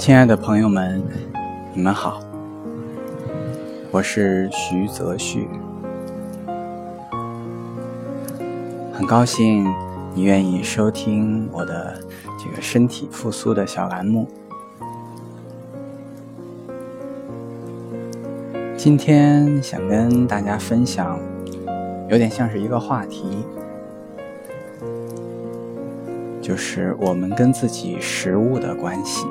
亲爱的朋友们，你们好，我是徐泽旭，很高兴你愿意收听我的这个身体复苏的小栏目。今天想跟大家分享，有点像是一个话题，就是我们跟自己食物的关系。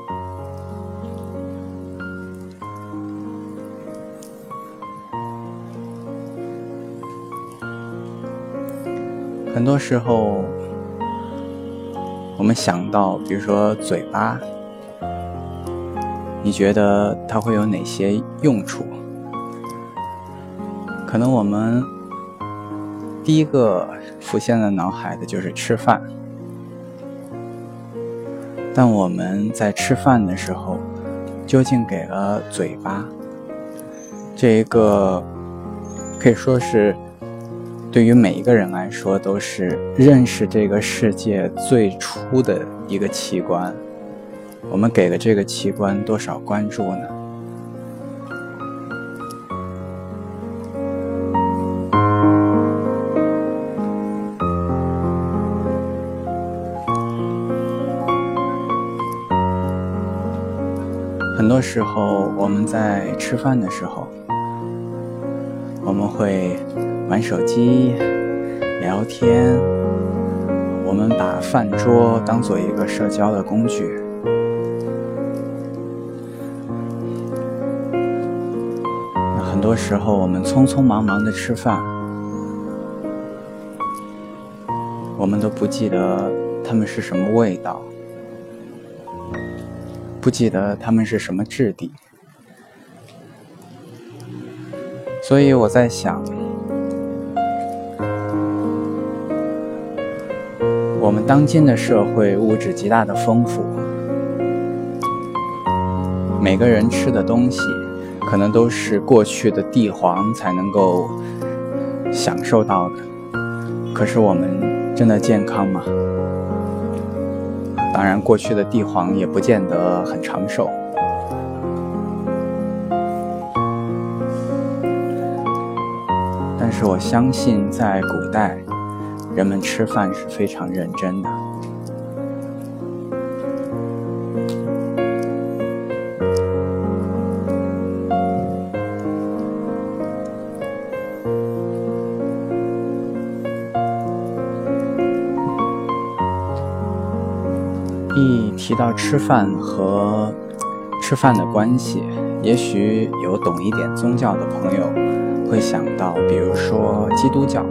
很多时候我们想到比如说嘴巴，你觉得它会有哪些用处？可能我们第一个浮现在脑海的就是吃饭，但我们在吃饭的时候究竟给了嘴巴这一个可以说是对于每一个人来说都是认识这个世界最初的一个器官，我们给了这个器官多少关注呢？很多时候我们在吃饭的时候，我们会玩手机、聊天，我们把饭桌当做一个社交的工具。很多时候我们匆匆忙忙的吃饭，我们都不记得它们是什么味道，不记得它们是什么质地。所以我在想，我们当今的社会物质极大的丰富，每个人吃的东西可能都是过去的帝皇才能够享受到的，可是我们真的健康吗？当然过去的帝皇也不见得很长寿，但是我相信在古代人们吃饭是非常认真的。一提到吃饭和吃饭的关系，也许有懂一点宗教的朋友会想到比如说基督教。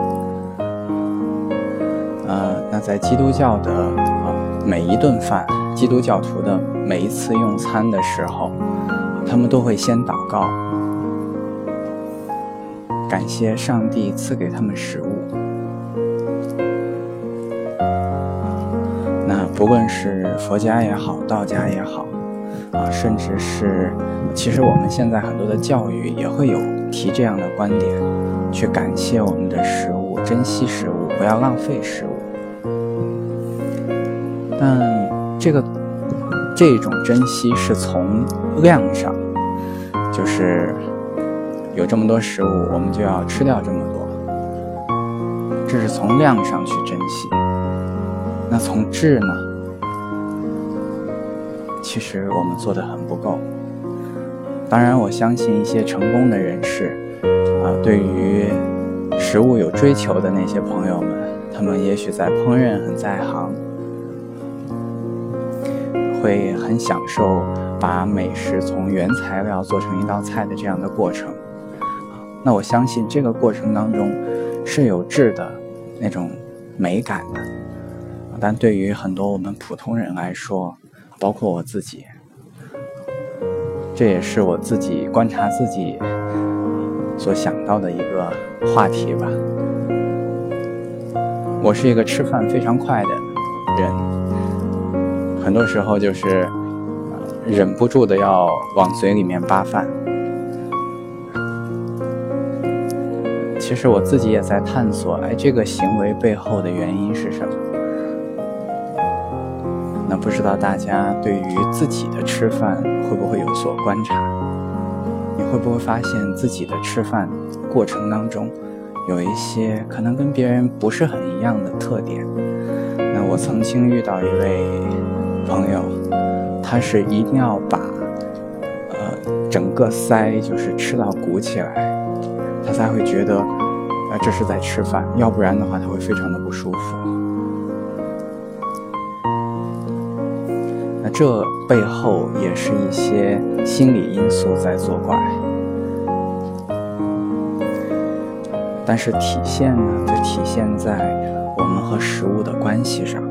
那在基督教的每一顿饭，基督教徒的每一次用餐的时候，他们都会先祷告，感谢上帝赐给他们食物。那不论是佛家也好，道家也好，甚至是其实我们现在很多的教育也会有提这样的观点，去感谢我们的食物，珍惜食物，不要浪费食物。但这种珍惜是从量上，就是有这么多食物我们就要吃掉这么多，这是从量上去珍惜。那从质呢？其实我们做得很不够。当然我相信一些成功的人士对于食物有追求的那些朋友们，他们也许在烹饪很在行，会很享受把美食从原材料做成一道菜的这样的过程。那我相信这个过程当中是有质的那种美感的，但对于很多我们普通人来说，包括我自己，这也是我自己观察自己所想到的一个话题吧。我是一个吃饭非常快的人，很多时候就是忍不住的要往嘴里面扒饭。其实我自己也在探索，这个行为背后的原因是什么？ 那不知道大家对于自己的吃饭会不会有所观察？你会不会发现自己的吃饭过程当中有一些可能跟别人不是很一样的特点？那我曾经遇到一位朋友，他是一定要把整个腮就是吃到鼓起来，他才会觉得这是在吃饭，要不然的话他会非常的不舒服。那这背后也是一些心理因素在作怪，但是体现呢，就体现在我们和食物的关系上。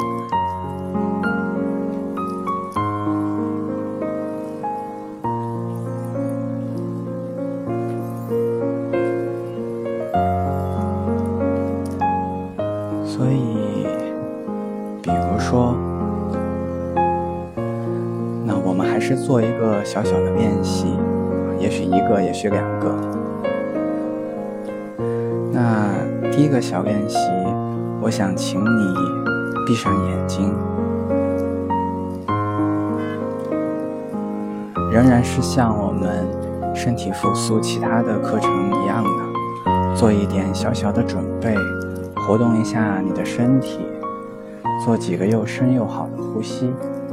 所以比如说，那我们还是做一个小小的练习，也许一个，也许两个。那第一个小练习，我想请你闭上眼睛，仍然是像我们身体复苏其他的课程一样的，做一点小小的准备，活动一下你的身体，做几个又深又好的呼吸。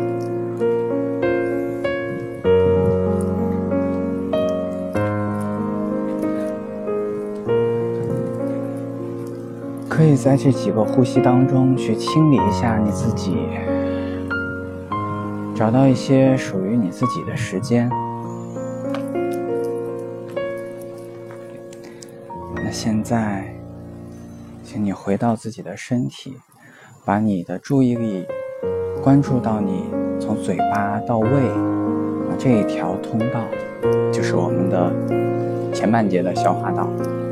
可以在这几个呼吸当中去清理一下你自己，找到一些属于你自己的时间。那现在请你回到自己的身体，把你的注意力关注到你从嘴巴到胃这一条通道，就是我们的前半节的消化道。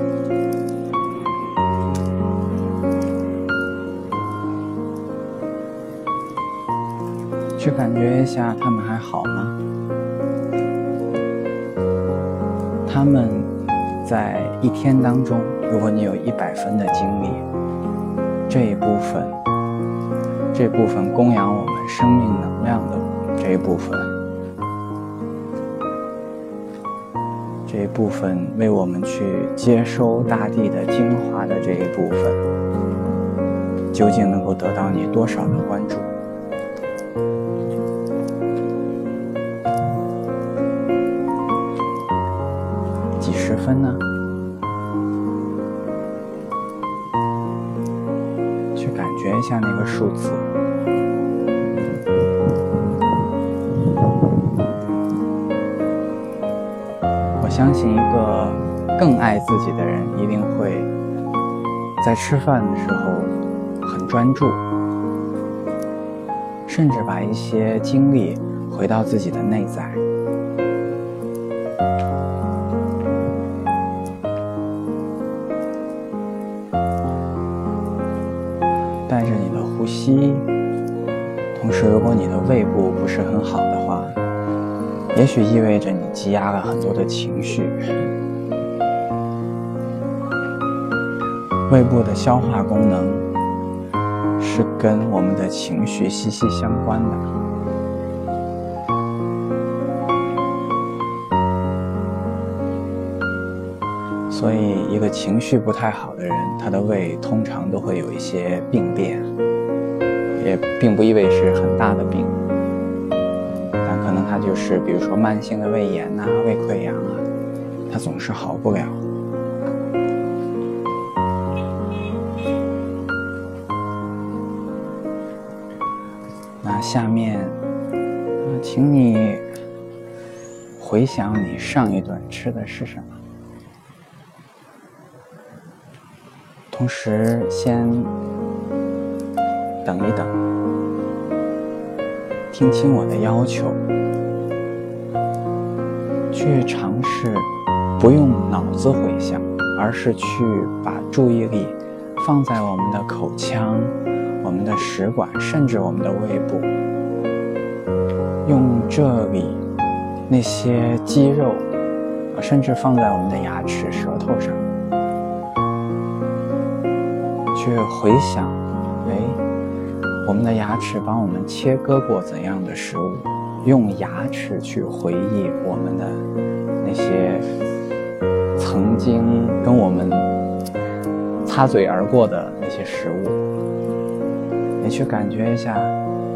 去感觉一下他们还好吗？他们在一天当中，如果你有100分的精力，这一部分供养我们生命能量的这一部分为我们去接收大地的精华的这一部分，究竟能够得到你多少的关注？几十分呢？去感觉一下那个数字。我相信一个更爱自己的人一定会在吃饭的时候很专注，甚至把一些精力回到自己的内在。带着你的呼吸，同时如果你的胃部不是很好的话，也许意味着你积压了很多的情绪。胃部的消化功能是跟我们的情绪息息相关的。所以一个情绪不太好的人，他的胃通常都会有一些病变，也并不意味是很大的病，但可能他就是比如说慢性的胃炎啊、胃溃疡啊，他总是好不了。那下面请你回想你上一顿吃的是什么，同时先等一等，听清我的要求，去尝试不用脑子回想，而是去把注意力放在我们的口腔、我们的食管，甚至我们的胃部，用这里那些肌肉，甚至放在我们的牙齿、舌头上，去回想， 我们的牙齿帮我们切割过怎样的食物，用牙齿去回忆我们的那些曾经跟我们擦嘴而过的那些食物，你去感觉一下，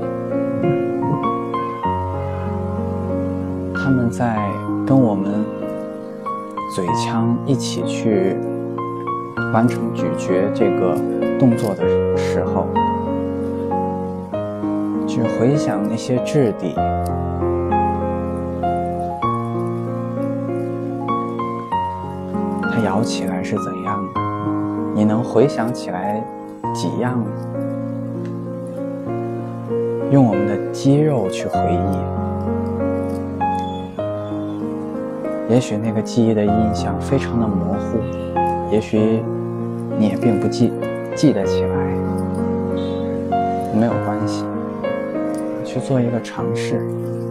他们在跟我们嘴腔一起去完成咀嚼这个动作的时候，去回想那些质地，它咬起来是怎样的？你能回想起来几样？用我们的肌肉去回忆，也许那个记忆的印象非常的模糊，也许你也并不记得起来，没有关系，去做一个尝试。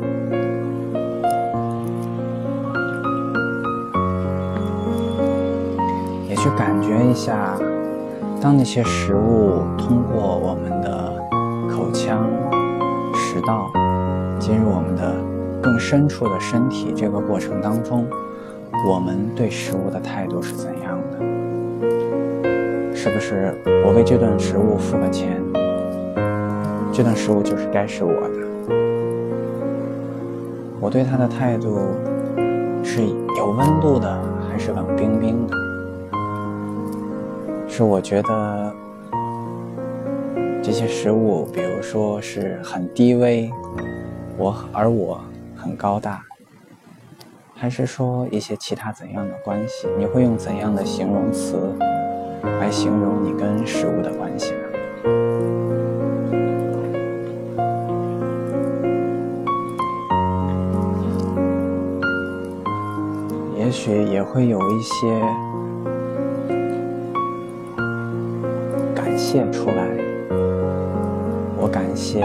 也去感觉一下，当那些食物通过我们的口腔、食道进入我们的更深处的身体这个过程当中，我们对食物的态度是怎样的？是不是我为这顿食物付个钱，这顿食物就是该是我的？我对它的态度是有温度的，还是冷冰冰的？是我觉得这些食物，比如说是很低微，而我很高大，还是说一些其他怎样的关系？你会用怎样的形容词来形容你跟食物的关系呢？也许也会有一些感谢出来。我感谢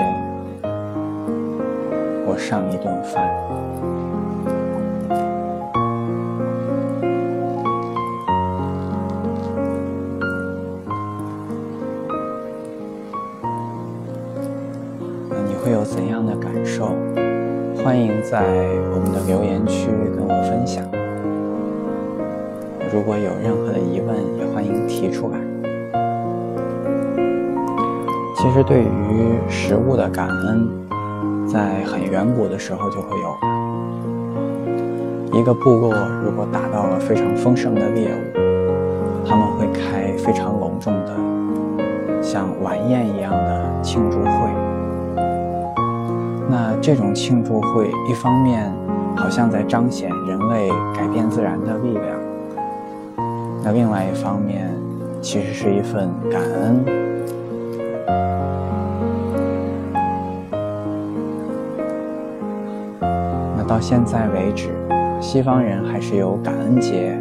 我上一顿饭。那你会有怎样的感受？欢迎在我们的留言区跟我分享。如果有任何的疑问，也欢迎提出来。其实对于食物的感恩，在很远古的时候就会有的。一个部落如果打到了非常丰盛的猎物，他们会开非常隆重的像晚宴一样的庆祝会。那这种庆祝会一方面好像在彰显人类改变自然的力量，那另外一方面其实是一份感恩。那到现在为止，西方人还是有感恩节，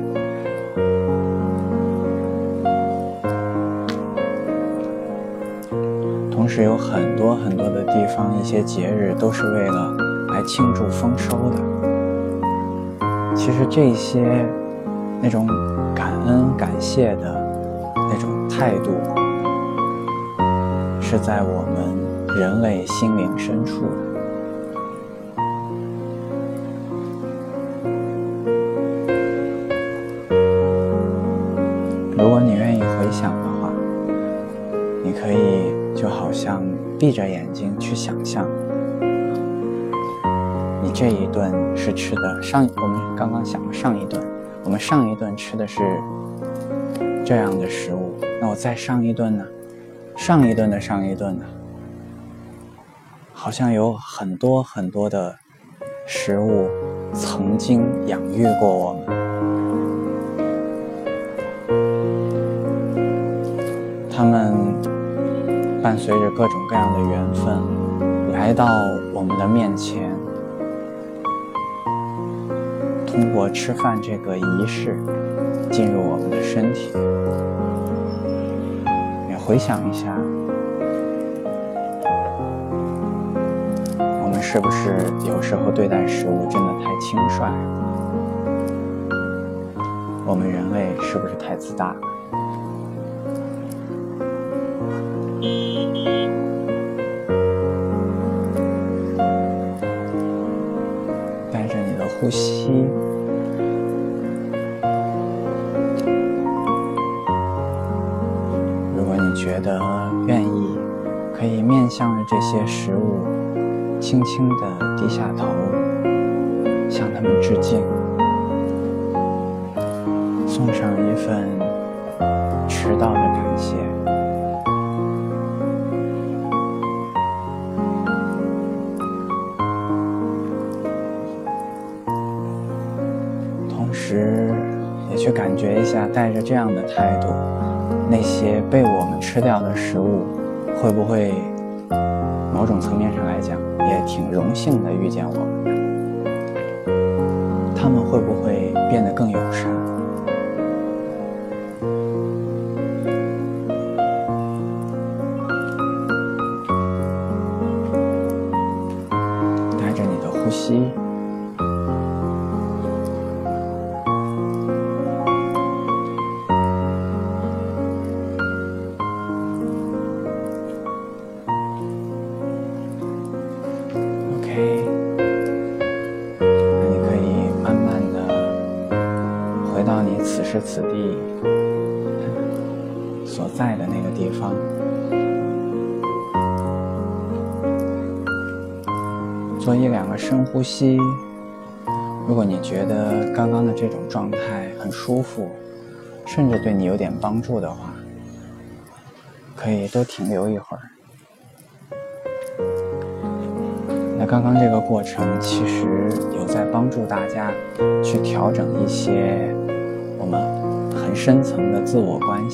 同时有很多很多的地方，一些节日都是为了来庆祝丰收的。其实这些那种感恩感谢的那种态度，是在我们人类心灵深处的。如果你愿意回想的话，你可以就好像闭着眼睛去想象，你这一顿是吃的我们刚刚想了上一顿，我们上一顿吃的是这样的食物，那我再上一顿呢？上一顿的上一顿呢？好像有很多很多的食物曾经养育过我们。他们伴随着各种各样的缘分来到我们的面前，通过吃饭这个仪式进入我们的身体。也回想一下，我们是不是有时候对待食物真的太轻率了？我们人类是不是太自大了？ 呼吸。如果你觉得愿意，可以面向着这些食物，轻轻地低下头，向它们致敬，送上一份迟到的感谢。同时也去感觉一下，带着这样的态度，那些被我们吃掉的食物，会不会某种层面上来讲也挺荣幸的遇见我们的？他们会不会变得更友善？带着你的呼吸，回到你此时此地所在的那个地方，做1-2个深呼吸。如果你觉得刚刚的这种状态很舒服，甚至对你有点帮助的话，可以多停留一会儿。那刚刚这个过程其实有在帮助大家去调整一些我们很深层的自我关系。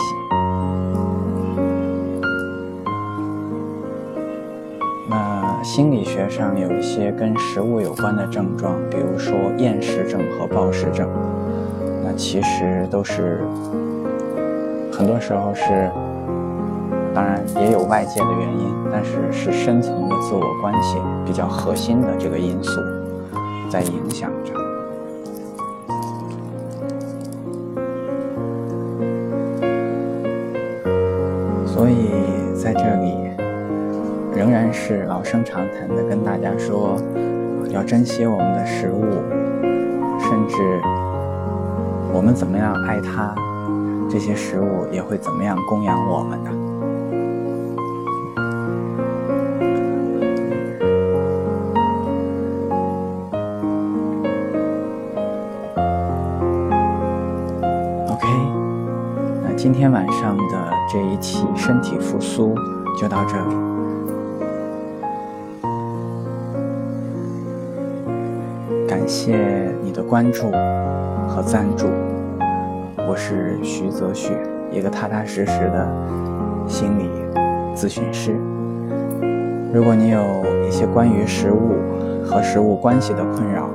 那心理学上有一些跟食物有关的症状，比如说厌食症和暴食症，那其实都是很多时候是，当然也有外界的原因，但是是深层的自我关系比较核心的这个因素在影响着。所以在这里仍然是老生常谈的跟大家说，要珍惜我们的食物，甚至我们怎么样爱它，这些食物也会怎么样供养我们的。今天晚上的这一期身体复苏就到这里，感谢你的关注和赞助。我是徐泽旭，一个踏踏实实的心理咨询师。如果你有一些关于食物和食物关系的困扰，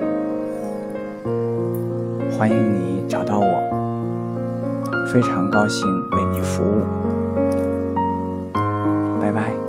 欢迎你找到我，非常高兴为你服务。拜拜。